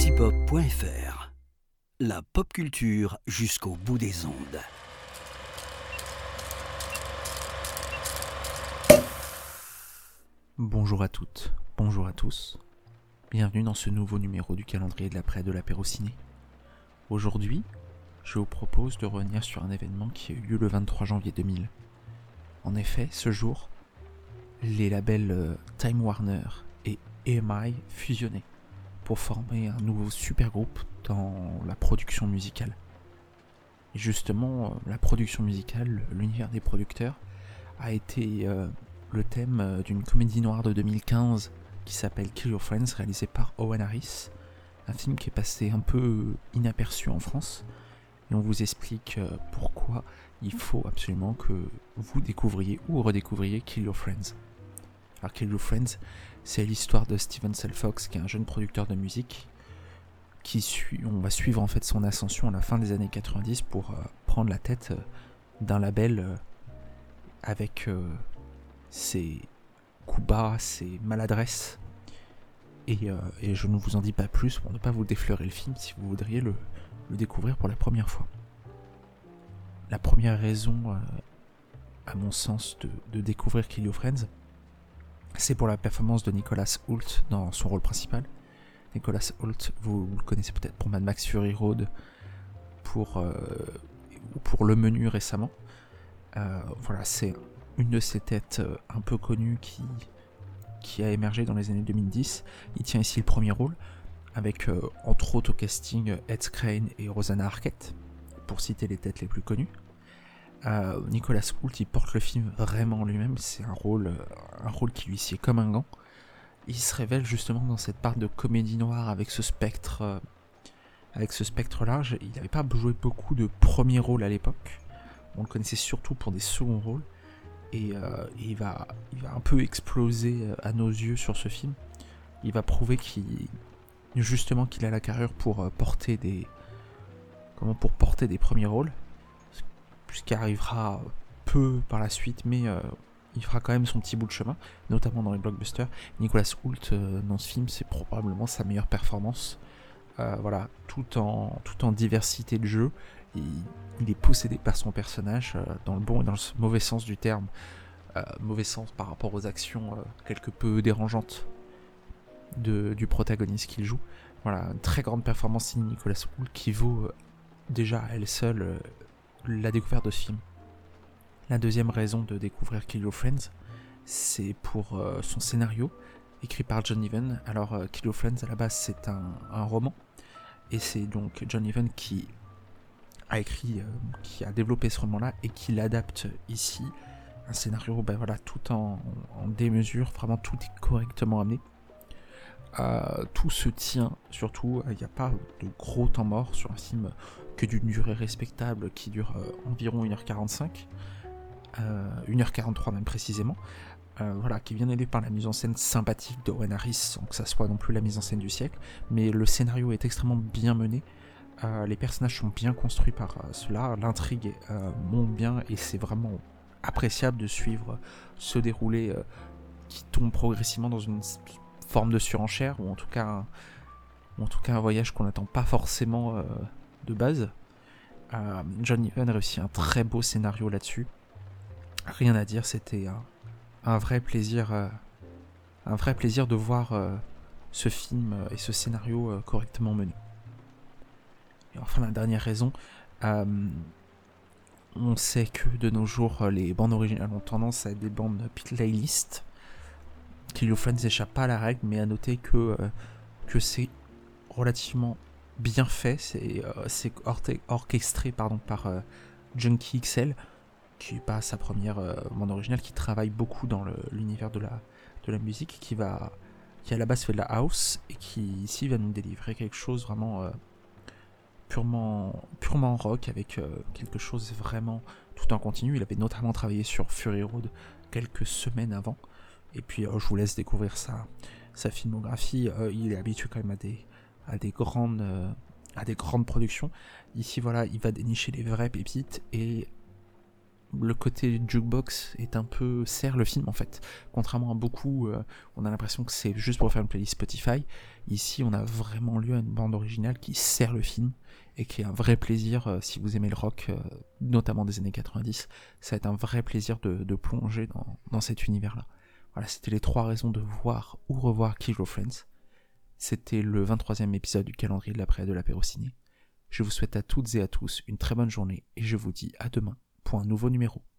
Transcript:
Antipop.fr. La pop culture jusqu'au bout des ondes. Bonjour à toutes, bonjour à tous. Bienvenue dans ce nouveau numéro du calendrier de l'après de l'apéro ciné. Aujourd'hui, je vous propose de revenir sur un événement qui a eu lieu le 23 janvier 2000. En effet, ce jour, les labels Time Warner et EMI fusionnaient pour former un nouveau super groupe dans la production musicale. Et justement, la production musicale, l'univers des producteurs, a été le thème d'une comédie noire de 2015 qui s'appelle Kill Your Friends, réalisée par Owen Harris, un film qui est passé un peu inaperçu en France, et on vous explique pourquoi il faut absolument que vous découvriez ou redécouvriez Kill Your Friends. Alors Kill Your Friends, c'est l'histoire de Steven Fox, qui est un jeune producteur de musique, on va suivre en fait son ascension à la fin des années 90 pour prendre la tête d'un label avec ses coups bas, ses maladresses, et je ne vous en dis pas plus pour ne pas vous défleurer le film si vous voudriez le découvrir pour la première fois. La première raison, à mon sens, de découvrir Kill Your Friends, c'est pour la performance de Nicholas Hoult dans son rôle principal. Nicholas Hoult, vous le connaissez peut-être pour Mad Max Fury Road, ou pour Le Menu récemment. Voilà, c'est une de ces têtes un peu connues qui a émergé dans les années 2010. Il tient ici le premier rôle, avec entre autres au casting Ed Skrein et Rosanna Arquette, pour citer les têtes les plus connues. Nicholas Hoult, il porte le film vraiment en lui-même, c'est un rôle qui lui sied comme un gant. Il se révèle justement dans cette part de comédie noire avec ce spectre large. Il n'avait pas joué beaucoup de premiers rôles à l'époque, on le connaissait surtout pour des seconds rôles, et il va un peu exploser à nos yeux sur ce film. Il va prouver qu'il a la carrure pour porter des premiers rôles, puisqu'il arrivera peu par la suite, mais il fera quand même son petit bout de chemin, notamment dans les blockbusters. Nicholas Hoult dans ce film, c'est probablement sa meilleure performance. Voilà, tout en diversité de jeu. Il est possédé par son personnage, dans le bon et dans le mauvais sens du terme. Mauvais sens par rapport aux actions quelque peu dérangeantes du protagoniste qu'il joue. Voilà, une très grande performance signée Nicholas Hoult qui vaut déjà à elle seule la découverte de ce film. La deuxième raison de découvrir Kill Your Friends, c'est pour son scénario, écrit par John Niven. Alors Kill Your Friends, à la base, c'est un roman, et c'est donc John Niven qui a développé ce roman-là et qui l'adapte ici. Un scénario, tout en démesure, vraiment tout est correctement amené. Tout se tient, surtout, il n'y a pas de gros temps mort sur un film que d'une durée respectable qui dure environ 1h45, 1h43 même précisément, qui est bien aidé par la mise en scène sympathique de Owen Harris, sans que ça soit non plus la mise en scène du siècle, mais le scénario est extrêmement bien mené, les personnages sont bien construits par cela, l'intrigue monte bien, et c'est vraiment appréciable de suivre ce déroulé qui tombe progressivement dans une forme de surenchère, ou en tout cas un voyage qu'on n'attend pas forcément de base. John Niven réussit un très beau scénario là-dessus. Rien à dire, c'était un vrai plaisir de voir ce film et ce scénario correctement mené. Et enfin, la dernière raison, on sait que de nos jours, les bandes originales ont tendance à être des bandes playlist. Kill Your Friends n'échappe pas à la règle, mais à noter que c'est relativement bien fait. C'est orchestré par Junkie XL, qui n'est pas sa première bande originale, qui travaille beaucoup dans l'univers de la musique, qui à la base fait de la house, et qui ici va nous délivrer quelque chose vraiment purement rock, avec quelque chose vraiment tout en continu. Il avait notamment travaillé sur Fury Road quelques semaines avant, et puis je vous laisse découvrir sa filmographie. Il est habitué quand même à des grandes productions. Ici, voilà, il va dénicher les vraies pépites, et le côté jukebox est un peu sert le film en fait. Contrairement à beaucoup, on a l'impression que c'est juste pour faire une playlist Spotify. Ici, on a vraiment lu une bande originale qui sert le film et qui est un vrai plaisir si vous aimez le rock, notamment des années 90. Ça va être un vrai plaisir de plonger dans cet univers-là. Voilà, c'était les 3 raisons de voir ou revoir Kill Your Friends. C'était le 23e épisode du calendrier de l'après de l'apéro ciné. Je vous souhaite à toutes et à tous une très bonne journée et je vous dis à demain pour un nouveau numéro.